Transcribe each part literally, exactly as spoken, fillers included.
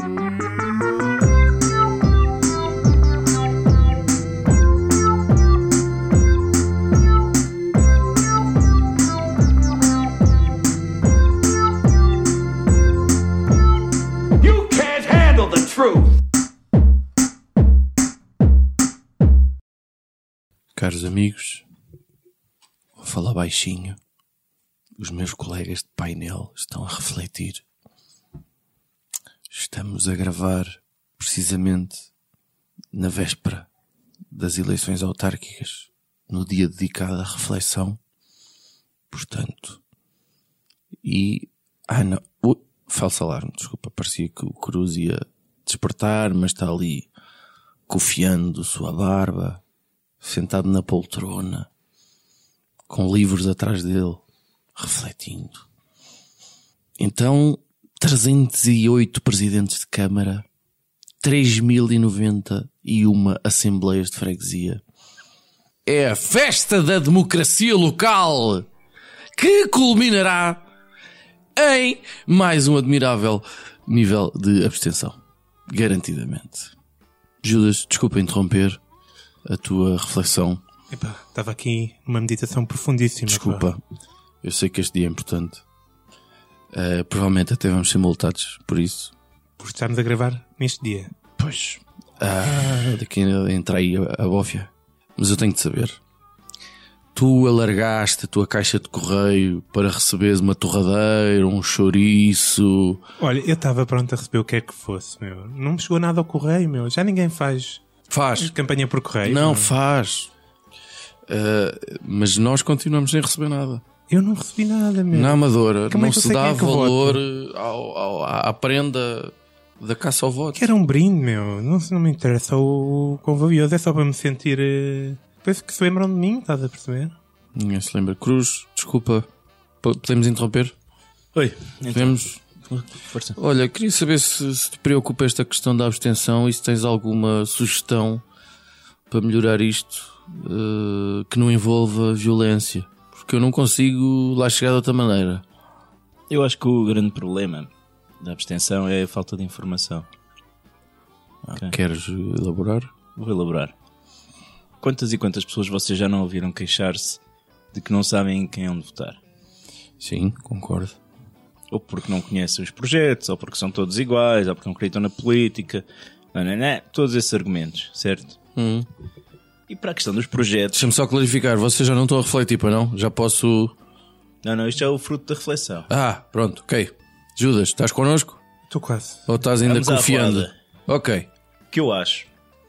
Caros amigos, vou falar baixinho. Os meus colegas de painel estão a refletir. Estamos a gravar precisamente na véspera das eleições autárquicas, no dia dedicado à reflexão. Portanto, e... Ah, não. Uh, falso alarme, desculpa. Parecia que o Cruz ia despertar, mas está ali cofiando sua barba, sentado na poltrona, com livros atrás dele, refletindo. Então, trezentos e oito presidentes de Câmara, três mil e noventa e uma assembleias de freguesia. É a festa da democracia local que culminará em mais um admirável nível de abstenção. Garantidamente. Judas, desculpa interromper a tua reflexão. Epá, estava aqui numa meditação profundíssima. Desculpa, pá. Eu sei que este dia é importante. Uh, provavelmente até vamos ser multados por isso. Por estarmos a gravar neste dia. Pois. Ah, daqui entra aí a, a bófia. Mas eu tenho de saber. Tu alargaste a tua caixa de correio para receberes uma torradeira, um chouriço. Olha, eu estava pronto a receber o que é que fosse, meu. Não me chegou nada ao correio, meu. Já ninguém faz... Faz. Campanha por correio. Não, não. faz. Uh, mas nós continuamos sem receber nada. Eu não recebi nada, meu. Na Amadora Como não é se dá é valor ao, ao, à prenda da caça ao voto. Que era um brinde, meu. Não, não me interessa o quão valioso. É só para me sentir... Uh... Penso que se lembram de mim, estás a perceber? Ninguém se lembra. Cruz, desculpa. Podemos interromper? Oi. Podemos... Força. Olha, queria saber se, se te preocupa esta questão da abstenção e se tens alguma sugestão para melhorar isto uh, que não envolva violência, porque eu não consigo lá chegar de outra maneira. Eu acho que o grande problema da abstenção é a falta de informação. Ah, okay. Queres elaborar? Vou elaborar. Quantas e quantas pessoas vocês já não ouviram queixar-se de que não sabem quem é onde votar? Sim, concordo. Ou porque não conhecem os projetos, ou porque são todos iguais, ou porque não acreditam na política, não, não, não, todos esses argumentos, certo? Hum. E para a questão dos projetos... Deixa-me só clarificar, vocês já não estão a refletir, para não? Já posso... Não, não, isto é o fruto da reflexão. Ah, pronto, ok. Judas, estás connosco? Estou quase. Ou estás ainda Vamos confiando? Ok. O que eu acho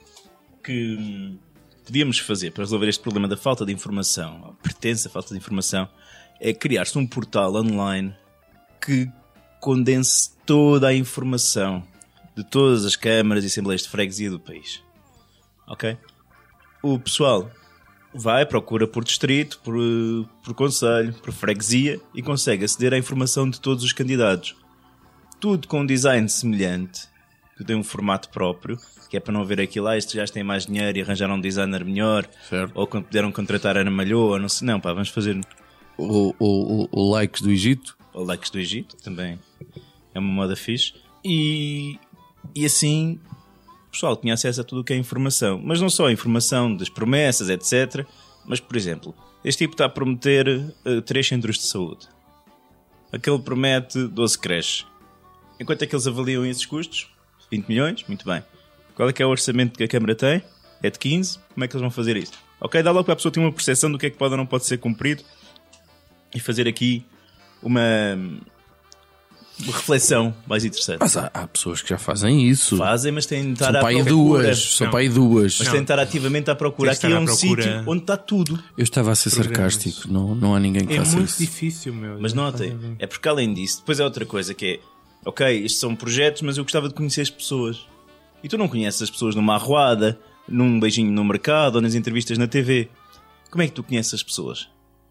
que hum, podíamos fazer para resolver este problema da falta de informação, a pretensa falta de informação, é criar-se um portal online que condense toda a informação de todas as câmaras e assembleias de freguesia do país. Ok? O pessoal vai, procura por distrito, por, por concelho, por freguesia e consegue aceder à informação de todos os candidatos. Tudo com um design semelhante, que tem um formato próprio, que é para não ver aquilo lá, estes já têm mais dinheiro e arranjaram um designer melhor, certo. Ou quando puderam contratar a Ana Malhoa, não sei, não, pá, vamos fazer... O, o, o Likes do Egito. O Likes do Egito, também é uma moda fixe. E, e assim o pessoal tinha acesso a tudo o que é informação. Mas não só a informação das promessas, etcétera. Mas, por exemplo, este tipo está a prometer uh, três centros de saúde. Aquele promete doze creches. Enquanto é que eles avaliam esses custos? vinte milhões? Muito bem. Qual é que é o orçamento que a Câmara tem? É de quinze? Como é que eles vão fazer isto? Ok, dá logo para a pessoa ter uma percepção do que é que pode ou não pode ser cumprido e fazer aqui uma, uma reflexão mais interessante. Mas há, há pessoas que já fazem isso. Fazem, mas têm de estar são à procura. Duas, são para aí duas. Mas têm de estar ativamente à procura. Aqui é um sítio onde está tudo. Eu estava a ser sarcástico. Não, não há ninguém que é faça isso. É muito difícil, meu. Mas notem, é porque além disso, depois é outra coisa que é, ok, estes são projetos, mas eu gostava de conhecer as pessoas. E tu não conheces as pessoas numa arruada, num beijinho no mercado ou nas entrevistas na T V. Como é que tu conheces as pessoas?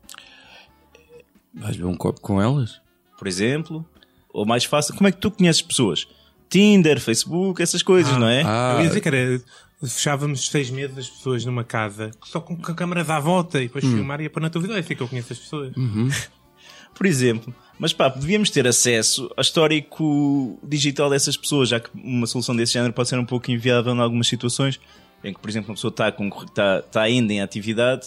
Vais beber um copo com elas? Por exemplo. Ou mais fácil, como é que tu conheces pessoas? Tinder, Facebook, essas coisas, ah, não é? Ah. Eu ia dizer que era... Fechávamos seis meses as pessoas numa casa só com a câmara à volta e depois hum. filmar e ia pôr na tua vida. É assim que eu conheço as pessoas. Uhum. Por exemplo, Mas pá, devíamos ter acesso ao histórico digital dessas pessoas, já que uma solução desse género pode ser um pouco inviável em algumas situações, em que, por exemplo, uma pessoa está, com, está, está ainda em atividade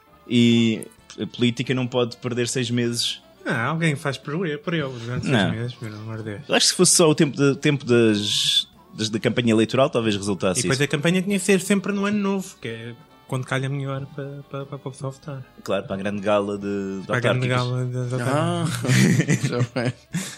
e a política não pode perder seis meses. Não, alguém faz por ele, por ele durante seis Não. meses, pelo amor de Deus. Eu acho que se fosse só o tempo, de, tempo das, das, da campanha eleitoral, talvez resultasse E depois isso. a campanha tinha que ser sempre no ano novo, que é quando calha melhor para, para, para o pessoal votar. Claro, para a grande gala de, de Para a grande autárquicas. gala das Ah, já vai.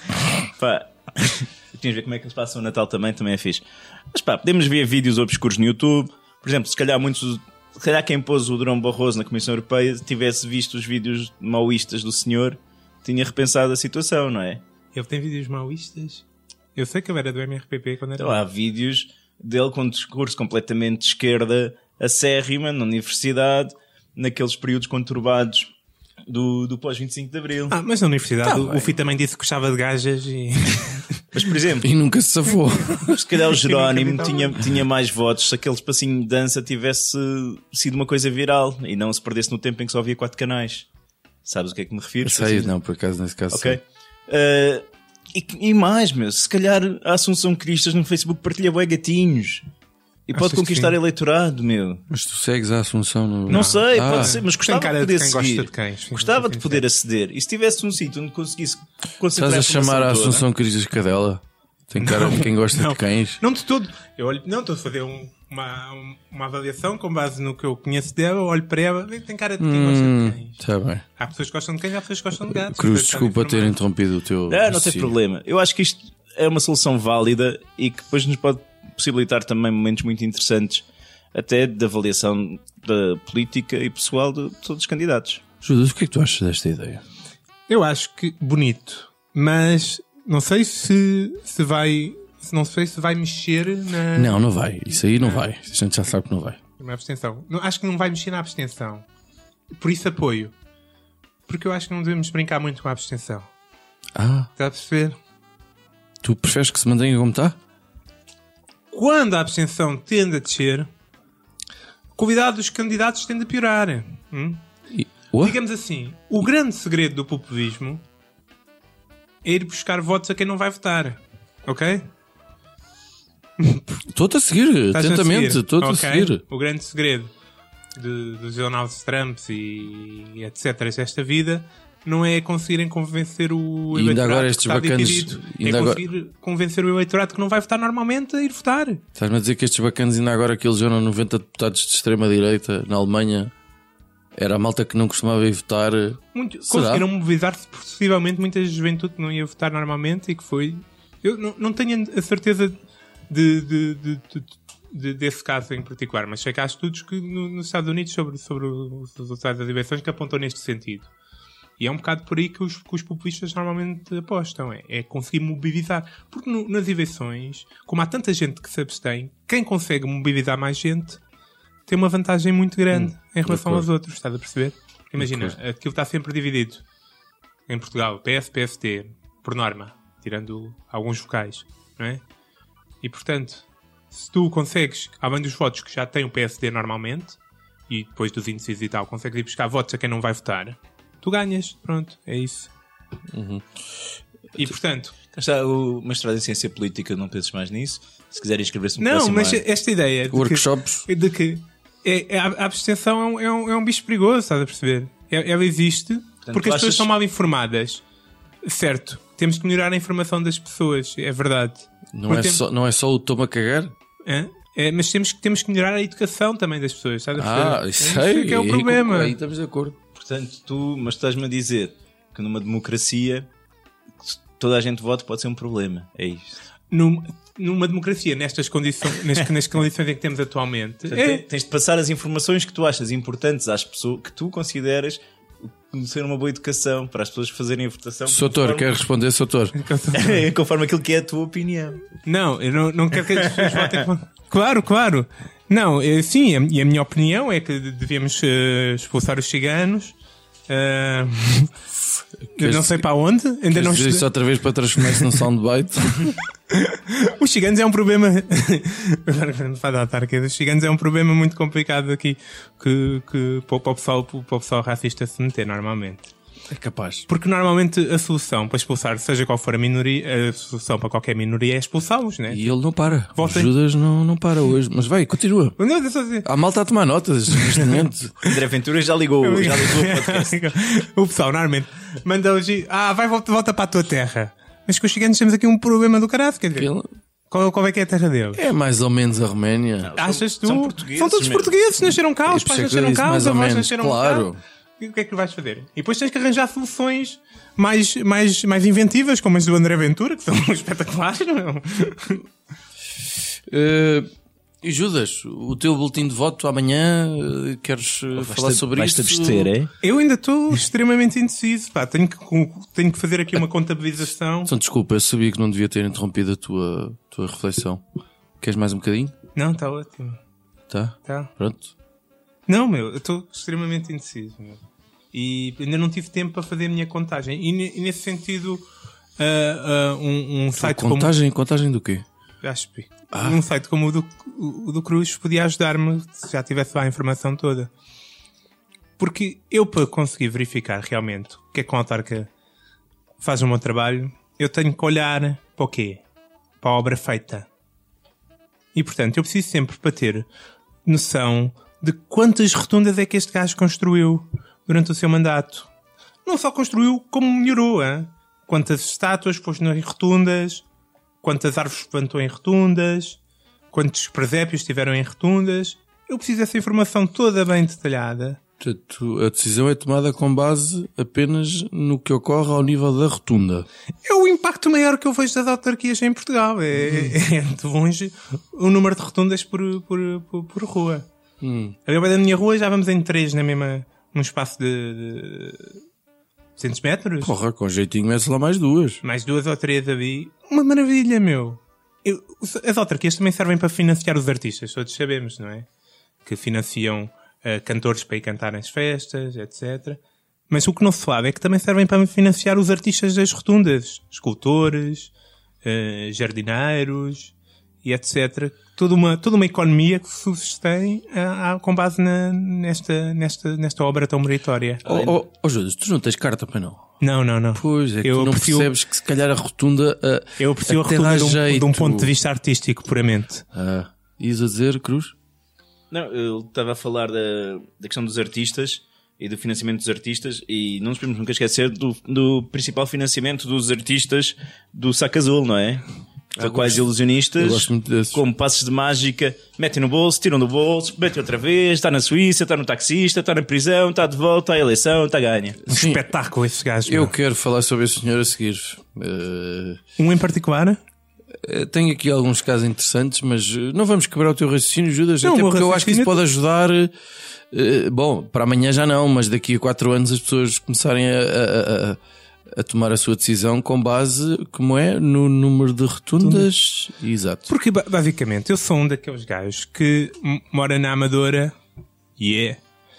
Pá, tínhamos ver como é que eles passam o Natal também, também é fixe. Mas pá, podemos ver vídeos obscuros no YouTube. Por exemplo, se calhar muitos, se calhar quem pôs o Durão Barroso na Comissão Europeia tivesse visto os vídeos maoístas do senhor, tinha repensado a situação, não é? Ele tem vídeos maoístas. Eu sei que ele era do M R P P quando era. Então, há vídeos dele com um discurso completamente de esquerda, acérrima, na universidade, naqueles períodos conturbados do, do pós vinte e cinco de Abril. Ah, mas na universidade Tá o, bem. o Fih também disse que gostava de gajas e. Mas, por exemplo, E nunca se safou. se calhar o Jerónimo nunca vi tinha, tinha mais votos se aquele espacinho de dança tivesse sido uma coisa viral e não se perdesse no tempo em que só havia quatro canais. Sabes o que é que me refiro? Sei, não, por acaso, nesse caso. Ok. sei. Uh, e, e mais, meu, se calhar a Assunção Cristas no Facebook partilha bué gatinhos e pode Achas que conquistar sim? eleitorado, meu. Mas tu segues a Assunção no. Não sei, Ah. pode ser, mas Tem gostava cara de de poder quem gosta seguir. de cães, sim, Gostava sim, de sim, poder sim. aceder. E se tivesse um sítio onde conseguisse concentrar Estás a chamar a informação toda- Assunção Cristas Cadela? Tem cara de quem gosta Não. de cães. Não de todo. Eu olho, não, estou a fazer um- uma, um- uma avaliação com base no que eu conheço dela, eu olho para ela, tem cara de quem gosta Hum, de cães. está bem. Há pessoas que gostam de cães, há pessoas que gostam de gatos. Cruz, Portanto, está desculpa ter informado. interrompido o teu. Ah, não tem raciocínio. problema. Eu acho que isto é uma solução válida e que depois nos pode possibilitar também momentos muito interessantes, até de avaliação da política e pessoal de todos os candidatos. Judas, o que é que tu achas desta ideia? Eu acho que bonito, mas não sei se, se vai. Se não sei se vai mexer na, Não, não vai. Isso aí não vai. A gente já sabe que não vai. na abstenção. Não, acho que não vai mexer na abstenção. Por isso apoio. Porque eu acho que não devemos brincar muito com a abstenção. Ah, Está a perceber? tu preferes que se mantenha como está? Quando a abstenção tende a descer, a qualidade dos candidatos tende a piorar. Hum? E- Ué? Digamos assim, o grande segredo do populismo é ir buscar votos a quem não vai votar. Ok? Estou-te a seguir, Estás-me a atentamente. seguir? Estou-te a Ok? seguir. O grande segredo de, dos Donald Trumps e, e etcétera desta vida não é conseguirem convencer o E ainda eleitorado agora que estes está bacanas- dividido. ainda é agora- conseguir convencer o eleitorado que não vai votar normalmente a ir votar. Estás-me a dizer que estes bacanas ainda agora que elegeram noventa deputados de extrema-direita na Alemanha era a malta que não costumava ir votar. Muito, Será? conseguiram mobilizar-se possivelmente muita juventude que não ia votar normalmente e que foi. Eu não, não tenho a certeza de, de, de, de, de- desse caso em particular, mas sei que há estudos que no- nos Estados Unidos sobre, sobre os resultados das eleições que apontam neste sentido. E é um bocado por aí que os, que os populistas normalmente apostam, é, é conseguir mobilizar. Porque no- nas eleições, como há tanta gente que se abstém, quem consegue mobilizar mais gente tem uma vantagem muito grande em relação acordo. aos outros, estás a perceber? Imagina, aquilo está sempre dividido. Em Portugal, P S, P S T, por norma, tirando alguns vocais, não é? E portanto, se tu consegues, além dos votos que já tem o P S D normalmente, e depois dos índices e tal, consegues ir buscar votos a quem não vai votar, tu ganhas, pronto, é isso. E portanto, Cá está o mestrado em Ciência Política, não penses mais nisso. Se quiserem inscrever-se no não, próximo mas ano. esta ideia de Workshops. que, de que é, é- a abstenção é um, é, um, é um bicho perigoso, estás a perceber? É- Ela existe porque tu as pessoas achas- são mal informadas. Certo, temos que melhorar a informação das pessoas, é verdade. Não Porque é, tem- só, não é só o toma a cagar? Hã? É, mas temos que, temos que melhorar a educação também das pessoas, estás a Ah, perceber? isso É aí. que é o aí- problema. Aí estamos de acordo. Portanto, tu, mas estás-me a dizer que numa democracia toda a gente vota pode ser um problema. É isto. Num- numa democracia, nestas condições, nas, nas condições em que temos atualmente, Portanto, é, te- Tens de passar as informações que tu achas importantes às pessoas, que tu consideras ser uma boa educação para as pessoas fazerem a votação. Soutor, conforme- quer responder, Soutor? conforme aquilo que é a tua opinião. não, eu não, não quero que as pessoas votem. com- Claro, claro. Não, é, sim, a- e a minha opinião é que devíamos eh, expulsar os ciganos. eh, eu não sei para onde, ainda Queres não dizer estudei. isso outra vez para transformar isso num soundbite? Os ciganos é um problema. Agora que vai dar autarquia dos ciganos é um problema muito complicado aqui que, que para o para o pessoal, para o pessoal racista se meter normalmente. É capaz. Porque normalmente a solução para expulsar, seja qual for a minoria, a solução para qualquer minoria é expulsá-los, né? E ele não para. Voltem. O Judas não, não para hoje. Mas vai, continua. Não, deixa eu dizer. A malta a tomar notas neste momento. André Ventura já ligou, já ligou o podcast. O pessoal normalmente manda hoje, ah, vai, volta, volta para a tua terra. Mas com os gigantes temos aqui um problema do caralho, quer dizer. Ele Qual, qual é que é a terra dele? é mais ou menos a Roménia. Achas tu? são portugueses São todos mesmo. portugueses, nasceram cá, os Por pais isso é que eu nasceram disse cá, mais os ou avós menos, nasceram claro. cá. E o que é que vais fazer? E depois tens que arranjar soluções mais, mais, mais inventivas, como as do André Ventura, que são espetaculares, não? Eh, e Judas, o teu boletim de voto amanhã, eh, queres eh, falar sobre Vais-te isso? abster, é? Eu ainda estou extremamente indeciso, pá. Tenho que, tenho que fazer aqui uma contabilização. Então, desculpa, eu sabia que não devia ter interrompido a tua, tua reflexão. Queres mais um bocadinho? Não, está ótimo. Tá? Tá. Pronto. Não, meu, eu estou extremamente indeciso, meu. E ainda não tive tempo para fazer a minha contagem. E, ne- e nesse sentido, ah, ah, um, um site como... Contagem, contagem do quê? Já explico. Um site como o do, o do Cruz podia ajudar-me se já tivesse lá a informação toda. Porque eu, para conseguir verificar realmente o que é que uma autarca faz no meu trabalho, eu tenho que olhar para o quê? Para a obra feita. E, portanto, eu preciso sempre para ter noção de quantas rotundas é que este gajo construiu durante o seu mandato. Não só construiu, como melhorou, hein? Quantas estátuas pôs nas rotundas, quantas árvores plantou em rotundas, quantos presépios tiveram em rotundas. Eu preciso dessa informação toda bem detalhada. Portanto, a decisão é tomada com base apenas no que ocorre ao nível da rotunda. É o impacto maior que eu vejo das autarquias em Portugal. É, é de longe o número de rotundas por, por, por, por rua. Hum. Agora da minha rua já vamos em três na mesma, num espaço de, de duzentos metros. Porra, com jeitinho mete lá mais duas. Mais duas ou três ali. Uma maravilha, meu. Eu, as autarquias também servem para financiar os artistas, todos sabemos, não é? Que financiam uh, cantores para ir cantar nas festas, etcétera. Mas o que não se sabe é que também servem para financiar os artistas das rotundas. Escultores, uh, jardineiros e etcétera. Toda uma, toda uma economia que se sustém uh, uh, com base na, nesta, nesta, nesta obra tão meritória. Oh, oh, oh Judas, tu não tens carta para não? Não, não, não. Pois, é que Eu tu não aprecio- percebes que se calhar a rotunda uh, Eu aprecio a até rotunda dá de um, jeito. de um ponto de vista artístico, puramente. Ah, ias a dizer, Cruz? Não, eu estava a falar da, da questão dos artistas e do financiamento dos artistas e não nos podemos nunca esquecer do, do principal financiamento dos artistas do Saco Azul, não é? Ah, Para quais gosto- eu ilusionistas, gosto muito desses. como passos de mágica, metem no bolso, tiram do bolso, metem outra vez, está na Suíça, está no taxista, está na prisão, está de volta à eleição, está a ganha. Um Sim. espetáculo esses gajos. Eu meu. quero falar sobre esse senhor a seguir. Uh, Um em particular? uh, tenho aqui alguns casos interessantes, mas uh, não vamos quebrar o teu raciocínio, Judas, Não, até o meu porque eu acho que isso raciocínio- pode ajudar. uh, bom, para amanhã já não, mas daqui a quatro anos as pessoas começarem a, a, a, a tomar a sua decisão com base, como é, no número de rotundas. Exato. Porque, ba- basicamente, eu sou um daqueles gajos que m- mora na Amadora, e é,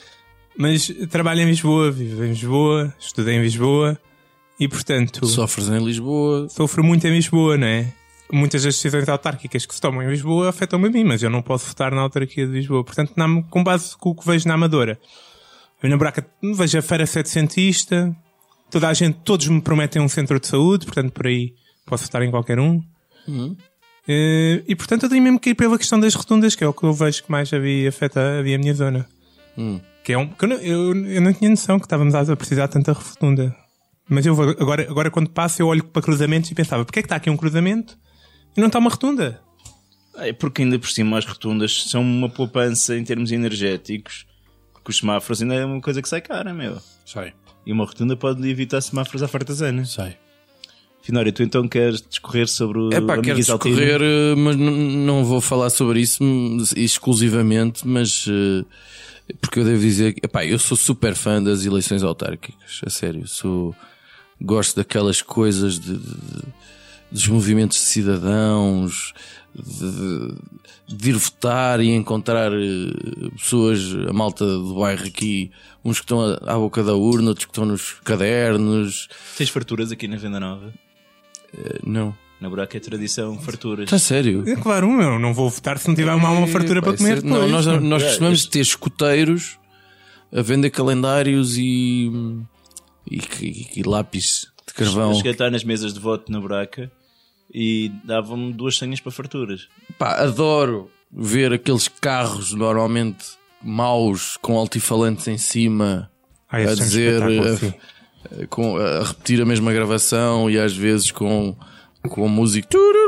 mas trabalho em Lisboa, vivo em Lisboa, estudei em Lisboa, e, portanto, Sofres em Lisboa. sofro muito em Lisboa, não é? Muitas das decisões autárquicas que se tomam em Lisboa afetam-me a mim, mas eu não posso votar na autarquia de Lisboa. Portanto, na- com base com o que vejo na Amadora, eu na Braca vejo a feira setecentista, toda a gente, todos me prometem um centro de saúde, portanto, por aí posso votar em qualquer um. Uhum. Eh, E, portanto, eu tenho mesmo que ir pela questão das rotundas, que é o que eu vejo que mais havia, afeta havia a minha zona. Hum. Que é um, que eu, não, eu, eu não tinha noção que estávamos a precisar de tanta rotunda. Mas eu vou- agora, agora quando passo eu olho para cruzamentos e pensava, porque é que está aqui um cruzamento e não está uma rotunda? É porque ainda por cima as rotundas são uma poupança em termos energéticos, porque os semáforos ainda é uma coisa que sai cara, meu. Sai, E uma rotunda pode evitar semáforos à fartazana. sai. Finório, tu então queres discorrer sobre o É pá, quero amigo Isaltino? discorrer, eh, mas n- não vou falar sobre isso hum, exclusivamente, mas eh, porque eu devo dizer que, epá, eu sou super fã das eleições autárquicas, a sério, sou, gosto daquelas coisas de, de- dos movimentos de cidadãos, de, de ir votar e encontrar eh, pessoas, a malta do bairro aqui, uns que estão à à boca da urna, outros que estão nos cadernos. Tens farturas aqui na Venda Nova? Eh, não, Na Buraca é tradição, farturas. está sério. É claro, eu não vou votar se não tiver uma, uma fartura para Vai comer ser- depois. Não, nós, nós É, costumamos este- ter escuteiros a vender calendários e, e, e, e lápis de carvão. Eu cheguei a estar nas mesas de voto na Buraca e davam-me duas senhas para farturas. Pá, adoro ver aqueles carros normalmente maus com altifalantes em cima Ai, a dizer, um a, com, a repetir a mesma gravação e às vezes com, com a música,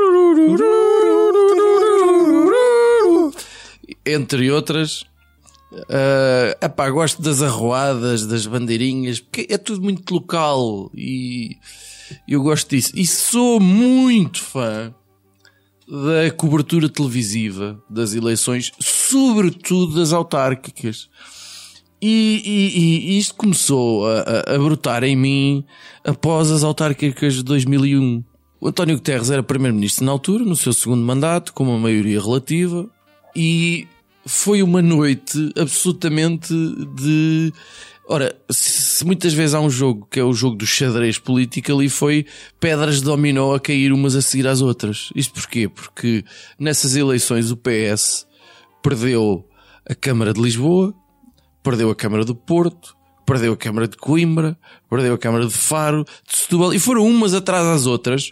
entre outras. Uh, epá, gosto das arruadas, das bandeirinhas, porque é tudo muito local e eu gosto disso. E sou muito fã da cobertura televisiva das eleições, sobretudo das autárquicas. E, e, e isto começou a, a, a brotar em mim após as autárquicas de dois mil e um. O António Guterres era primeiro-ministro na altura, no seu segundo mandato, com uma maioria relativa, e foi uma noite absolutamente de... Ora, se muitas vezes há um jogo que é o jogo do xadrez político, ali foi pedras de dominó a cair umas a seguir às outras. Isto porquê? Porque nessas eleições o P S perdeu a Câmara de Lisboa, perdeu a Câmara do Porto, perdeu a Câmara de Coimbra, perdeu a Câmara de Faro, de Setúbal, e foram umas atrás das outras.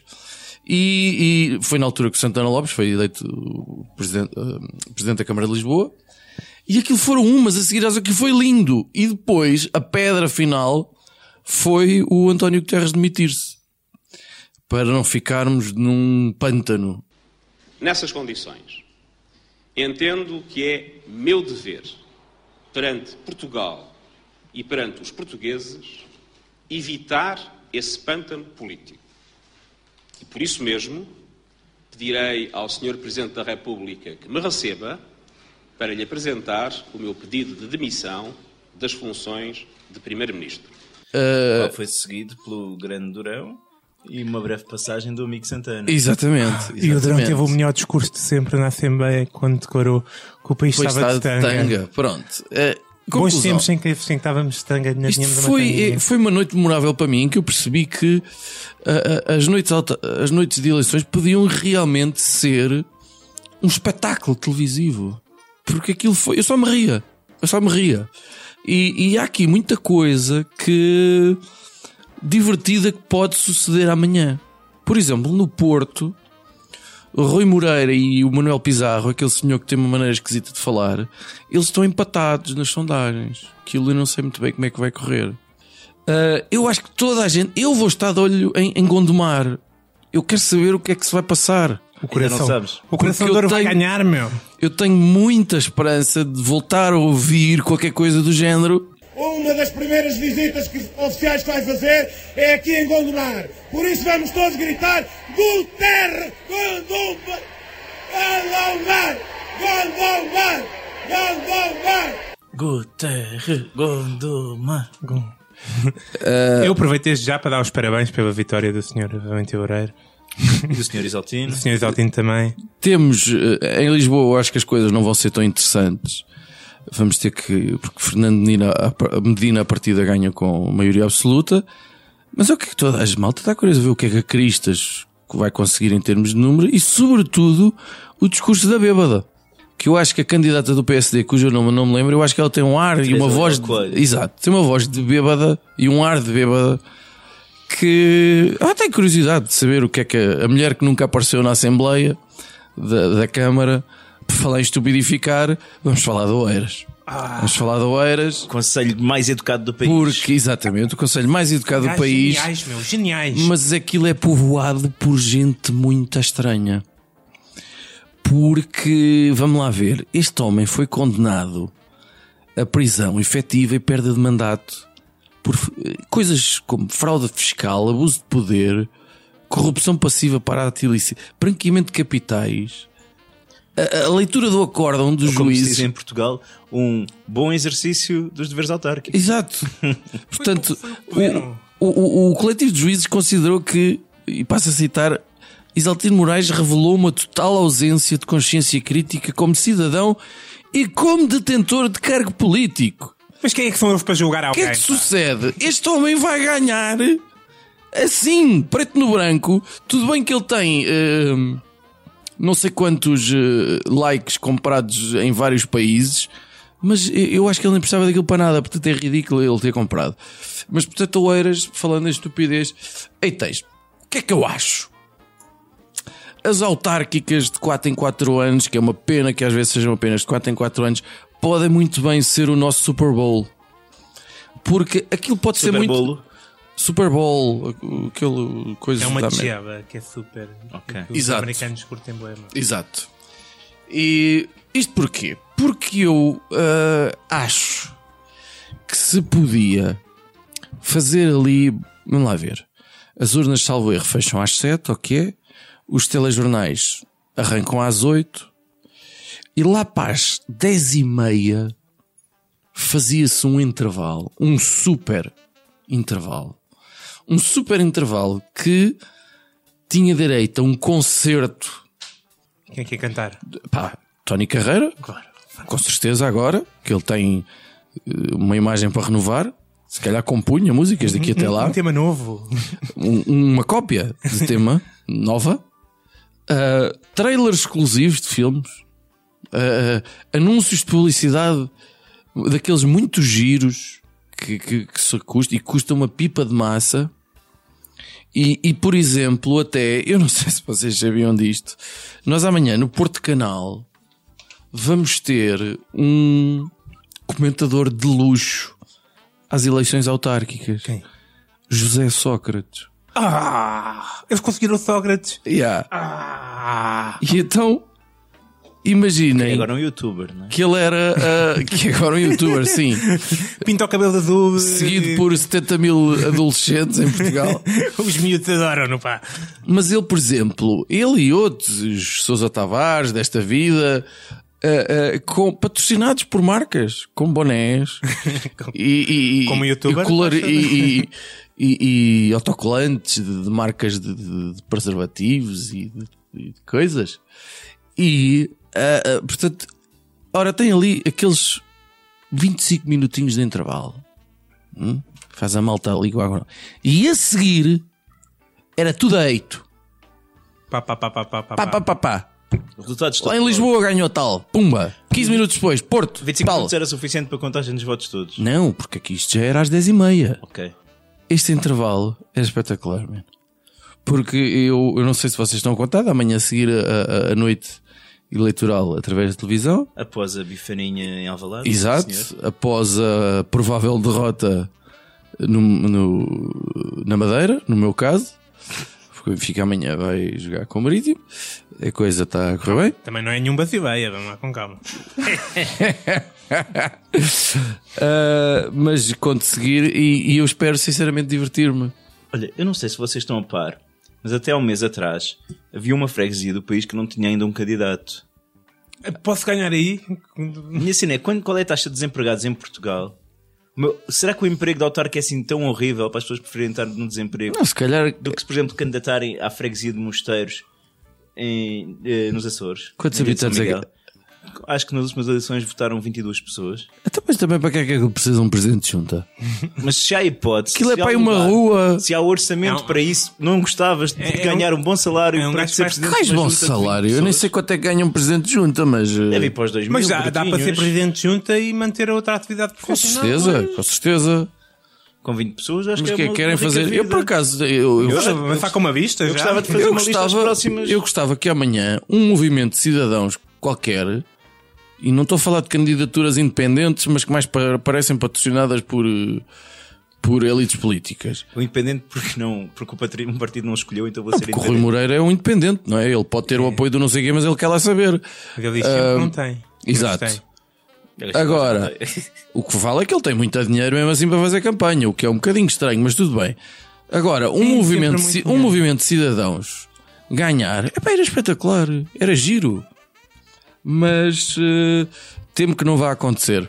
E, e foi na altura que o Santana Lopes foi eleito o presidente, uh, presidente da Câmara de Lisboa. E aquilo foram umas a seguir às outras, que foi lindo. E depois, a pedra final foi o António Guterres demitir-se, para não ficarmos num pântano. Nessas condições, entendo que é meu dever, perante Portugal e perante os portugueses, evitar esse pântano político. E por isso mesmo, pedirei ao senhor Presidente da República que me receba para lhe apresentar o meu pedido de demissão das funções de Primeiro-Ministro. Uh... Qual foi seguido pelo Grande Durão e uma breve passagem do amigo Santana. Exatamente. exatamente. E o Durão teve o melhor discurso de sempre na Assembleia quando declarou que o país foi estava de tanga. tanga. Pronto. Uh... Bons tempos em que, em que estávamos de tanga. Isto foi, foi uma noite memorável para mim, em que eu percebi que uh, as, noites alta, as noites de eleições podiam realmente ser um espetáculo televisivo. Porque aquilo foi... Eu só me ria. Eu só me ria. E, e há aqui muita coisa que... divertida que pode suceder amanhã. Por exemplo, no Porto... O Rui Moreira e o Manuel Pizarro, aquele senhor que tem uma maneira esquisita de falar, eles estão empatados nas sondagens. Aquilo eu não sei muito bem como é que vai correr. Uh, eu acho que toda a gente... Eu vou estar de olho em, em Gondomar. Eu quero saber o que é que se vai passar. O coração, não sabes. O coração de ouro vai ganhar, meu. Eu tenho muita esperança de voltar a ouvir qualquer coisa do género. Uma das primeiras visitas que oficiais que vai fazer é aqui em Gondomar. Por isso vamos todos gritar: Guterres, Gondomar, Gondomar, Gondomar, Gondomar. Guterres, Gondomar. Uh... Eu aproveito desde já para dar os parabéns pela vitória do senhor Valente Loureiro. E do senhor Isaltino. Do senhor Isaltino também. Temos, em Lisboa, eu acho que as coisas não vão ser tão interessantes. Vamos ter que... Porque Fernando Medina, a Medina a partida ganha com maioria absoluta. Mas é o que é que toda a malta está curiosa a ver o que é que a Cristas vai conseguir em termos de número e, sobretudo, o discurso da bêbada. Que eu acho que a candidata do P S D, cujo nome não me lembro, eu acho que ela tem um ar Teresa e uma voz... De, exato, tem uma voz de bêbada e um ar de bêbada que... Ah, tenho curiosidade de saber o que é que a, a mulher que nunca apareceu na Assembleia da, da Câmara... Por falar em estupidificar, vamos falar de Oeiras. Ah, vamos falar de Oeiras. O conselho mais educado do país. Porque, exatamente, o conselho mais educado Gás do país. Geniais, meu, geniais. Mas aquilo é povoado por gente muito estranha. Porque, vamos lá ver, este homem foi condenado a prisão efetiva e perda de mandato por coisas como fraude fiscal, abuso de poder, corrupção passiva para a ilícita, branqueamento de capitais. A, a leitura do acórdão dos como juízes. Se diz em Portugal, um bom exercício dos deveres autárquicos. Exato. Portanto, o, o, o coletivo de juízes considerou que, e passo a citar, Isaltino Moraes revelou uma total ausência de consciência crítica como cidadão e como detentor de cargo político. Mas quem é que são eles para julgar alguém? O que é que sucede? Este homem vai ganhar assim, preto no branco. Tudo bem que ele tem... Uh, não sei quantos uh, likes comprados em vários países, Mas eu acho que ele nem precisava daquilo para nada, portanto é ridículo ele ter comprado. Mas portanto, Oeiras, falando em estupidez, ei, tens, o que é que eu acho? As autárquicas de quatro em quatro anos, que é uma pena que às vezes sejam apenas de quatro em quatro anos, podem muito bem ser o nosso Super Bowl. Porque aquilo pode Super ser muito... Bolo. Super Bowl, aquele coisa É uma da diaba que é super. Ok. Os Exato. americanos curtem bué, mano. Exato. E isto porquê? Porque eu uh, acho que se podia fazer ali, vamos lá ver, as urnas salvo erro fecham às sete, ok? Os telejornais arrancam às oito e lá para as dez e meia fazia-se um intervalo, um super intervalo. Um super intervalo que tinha direito a um concerto. Quem é que ia cantar? Pá, Tony Carreira, Claro. com certeza agora, que ele tem uh, uma imagem para renovar. Se calhar compunha músicas daqui até lá. Um tema novo. Um- uma cópia de tema nova. Uh, trailers exclusivos de filmes. Uh, anúncios de publicidade daqueles muito giros que, que, que se custa, e custa uma pipa de massa. E, e, por exemplo, até, eu não sei se vocês sabiam disto, nós amanhã no Porto Canal vamos ter um comentador de luxo às eleições autárquicas. Quem? José Sócrates. Ah! Eles conseguiram Sócrates. Yeah. Ah! E então, imaginem É agora um youtuber, não é? que ele era, uh, que é agora um youtuber, sim, Pinta o cabelo azul. seguido por setenta mil adolescentes em Portugal. Os miúdos adoram-no, pá. Mas ele, por exemplo, ele e outros, os Sousa Tavares desta vida, uh, uh, com, patrocinados por marcas, com bonés e, e, Como youtuber, e, colar- basta- e, e, e autocolantes de, de marcas de, de- de preservativos e de, e de coisas. E, uh, uh, portanto, ora, tem ali aqueles vinte e cinco minutinhos de intervalo. Hum? Faz a malta ali com a água. E a seguir era tudo a eito. Pá, pá, pá, pá, pá, pá. Pá, pá, pá, pá. Resultados Lá em Lisboa ganhou tal. Pumba. quinze minutos depois. Porto. vinte e cinco Tal. minutos era suficiente para a contagem dos votos todos. Não, porque aqui isto já era às dez e meia. Ok. Este intervalo é espetacular, mano. Porque eu, eu não sei se vocês estão a contar, amanhã a seguir a, a, a noite eleitoral através da televisão. Após a bifaninha em Alvalade. Exato. sim, senhor. Após a provável derrota no, no- na Madeira, no meu caso. Porque o Benfica amanhã vai jogar com o Marítimo. A coisa está a correr bem. Também não é nenhum basileia, vamos lá com calma. Uh, mas conto seguir e, e eu espero sinceramente divertir-me. Olha, eu não sei se vocês estão a par, mas até há um mês atrás havia uma freguesia do país que não tinha ainda um candidato. Posso ganhar aí? Minha cena é, quando, qual é a taxa de desempregados em Portugal? Meu, será que o emprego de autarca é assim tão horrível para as pessoas preferirem estar no desemprego Não, se calhar do que se, por exemplo, candidatarem à freguesia de Mosteiros em, eh, nos Açores? Quantos na Ilha de São habitantes é que- Miguel? Acho que nas últimas eleições votaram vinte e duas pessoas. Então, mas também para que é que ele precisa de um presidente de junta? Mas se há hipótese, Aquilo é se há para ir um uma lugar, rua. se há orçamento É um- para isso, não gostavas de É- é ganhar um, bom salário é um para gajo ser mais- presidente Cais de uma bom junta de vinte salário. Eu nem pessoas? sei quanto é que ganha um presidente de junta, mas. uh, Deve ir para os dois Mas mil, dá, dá para ser baratinhos. presidente de junta e manter a outra atividade Com profissional. certeza, com certeza. Com vinte pessoas, acho Mas que que é é uma, que querem uma rica fazer? Eu, vida. por acaso, eu, eu, Eu- Mas está com uma vista Eu já. gostava de fazer eu uma lista às gostava, próximas. eu gostava que amanhã um movimento de cidadãos qualquer, e não estou a falar de candidaturas independentes, mas que mais pa- parecem patrocinadas por, uh, por elites políticas. O independente porque, não, porque o patri- um partido não escolheu, então vou Não, ser porque o Rui independente. Moreira é um independente, não é? Ele pode ter o apoio do não sei quê, mas ele quer lá saber. Ele diz sempre que não tem. Mas exato. tem. Agora, o que vale é que ele tem muito dinheiro mesmo assim para fazer campanha, o que é um bocadinho estranho, mas tudo bem. Agora, um, Sim, movimento, sempre de, muito ci- um dinheiro. movimento de cidadãos ganhar, epá, era espetacular, era giro, mas eh, temo que não vá acontecer.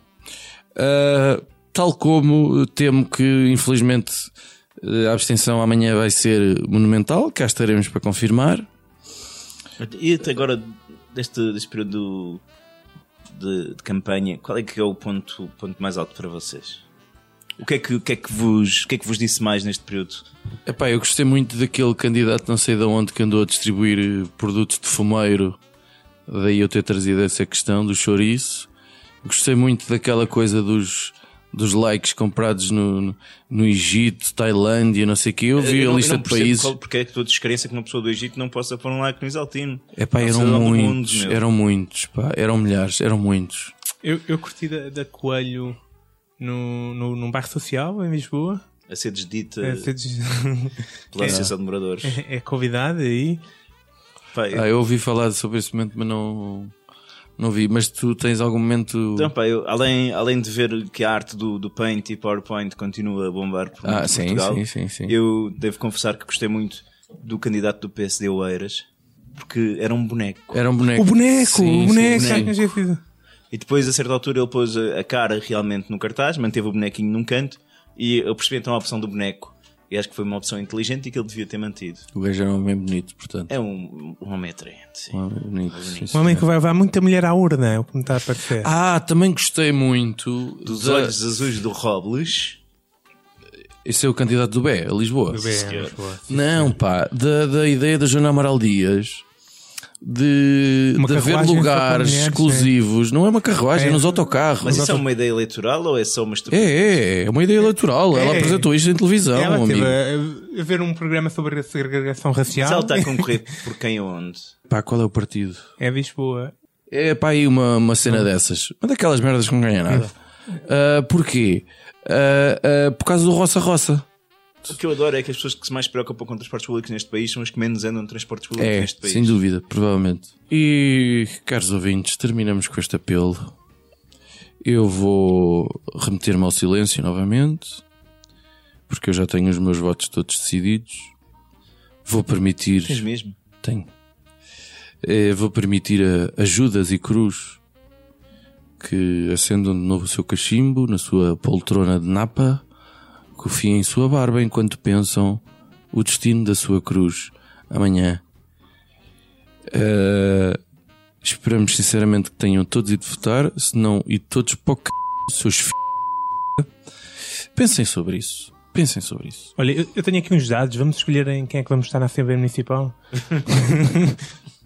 Ah, tal como temo que, infelizmente, eh, a abstenção amanhã vai ser monumental, cá estaremos para confirmar. E até agora, deste, deste período de, de campanha, qual é que é o ponto, ponto mais alto para vocês? O que é que, o que, é que, vos, o que é que vos disse mais neste período? Epá, eu gostei muito daquele candidato não sei de onde que andou a distribuir eh, produtos de fumeiro. Daí eu ter trazido essa questão do chouriço. Gostei muito daquela coisa dos, dos likes comprados no, no, no Egito, Tailândia, não sei o que. Eu vi eu a não, lista eu não de países. Qual, porque é que tu descrença que uma pessoa do Egito não possa pôr um like no Isaltino? É pá, eram muitos, mundo, eram muitos, pá, eram milhares, eram muitos. Eu, eu curti da, da Coelho no, no, num bairro social em Lisboa. A ser desdita a ser des... pela Associação de Moradores. É, é convidada aí. Pá, eu... Ah, eu ouvi falar sobre esse momento, mas não, não vi. Mas tu tens algum momento. Então, pá, eu, além, além de ver que a arte do, do Paint e PowerPoint continua a bombar por ah, sim, Portugal, sim, sim, sim. eu devo confessar que gostei muito do candidato do P S D, Oeiras, porque era um boneco. Era um boneco. O boneco, sim, o boneco. Sim, sim. E depois, a certa altura, ele pôs a cara realmente no cartaz, manteve o bonequinho num canto e eu percebi então a opção do boneco. E acho que foi uma opção inteligente e que ele devia ter mantido. O gajo era um homem bonito, portanto. É um, um homem atraente, sim. Um homem bonito. Um homem que vai levar muita mulher à urna, é o que me está a parecer. Ah, também gostei muito dos da... olhos azuis do Robles. Esse é o candidato do B E, a Lisboa. Do B E, a Lisboa. Não, pá, da, da ideia da Joana Amaral Dias de, de haver lugares mulheres, exclusivos. É. Não é uma carruagem, é nos autocarros. Mas isso auto... é uma ideia eleitoral ou é só uma estupidez? É, é, é uma ideia eleitoral. É. Ela apresentou isto em televisão. Ela amigo. teve a, a ver um programa sobre a segregação racial. Mas ela está a concorrer por quem e onde? Pá, qual é o partido? É Lisboa. É pá, aí uma, uma cena hum. dessas. Uma daquelas merdas que não ganha nada. Uh, porquê? Uh, uh, por causa do roça-roça. O que eu adoro é que as pessoas que se mais preocupam com transportes públicos neste país são as que menos andam de transportes públicos é, neste país. Sem dúvida, provavelmente. E, caros ouvintes, terminamos com este apelo. Eu vou remeter-me ao silêncio novamente, porque eu já tenho os meus votos todos decididos. Vou permitir... Tens mesmo? Tenho. É, vou permitir a, a Judas e Cruz que acendam de novo o seu cachimbo na sua poltrona de napa, confiem em sua barba enquanto pensam o destino da sua cruz amanhã. Uh, esperamos sinceramente que tenham todos ido votar, se não, e todos para o c... seus f... Pensem sobre isso. Pensem sobre isso. Olha, eu, eu tenho aqui uns dados. Vamos escolher em quem é que vamos estar na Assembleia Municipal.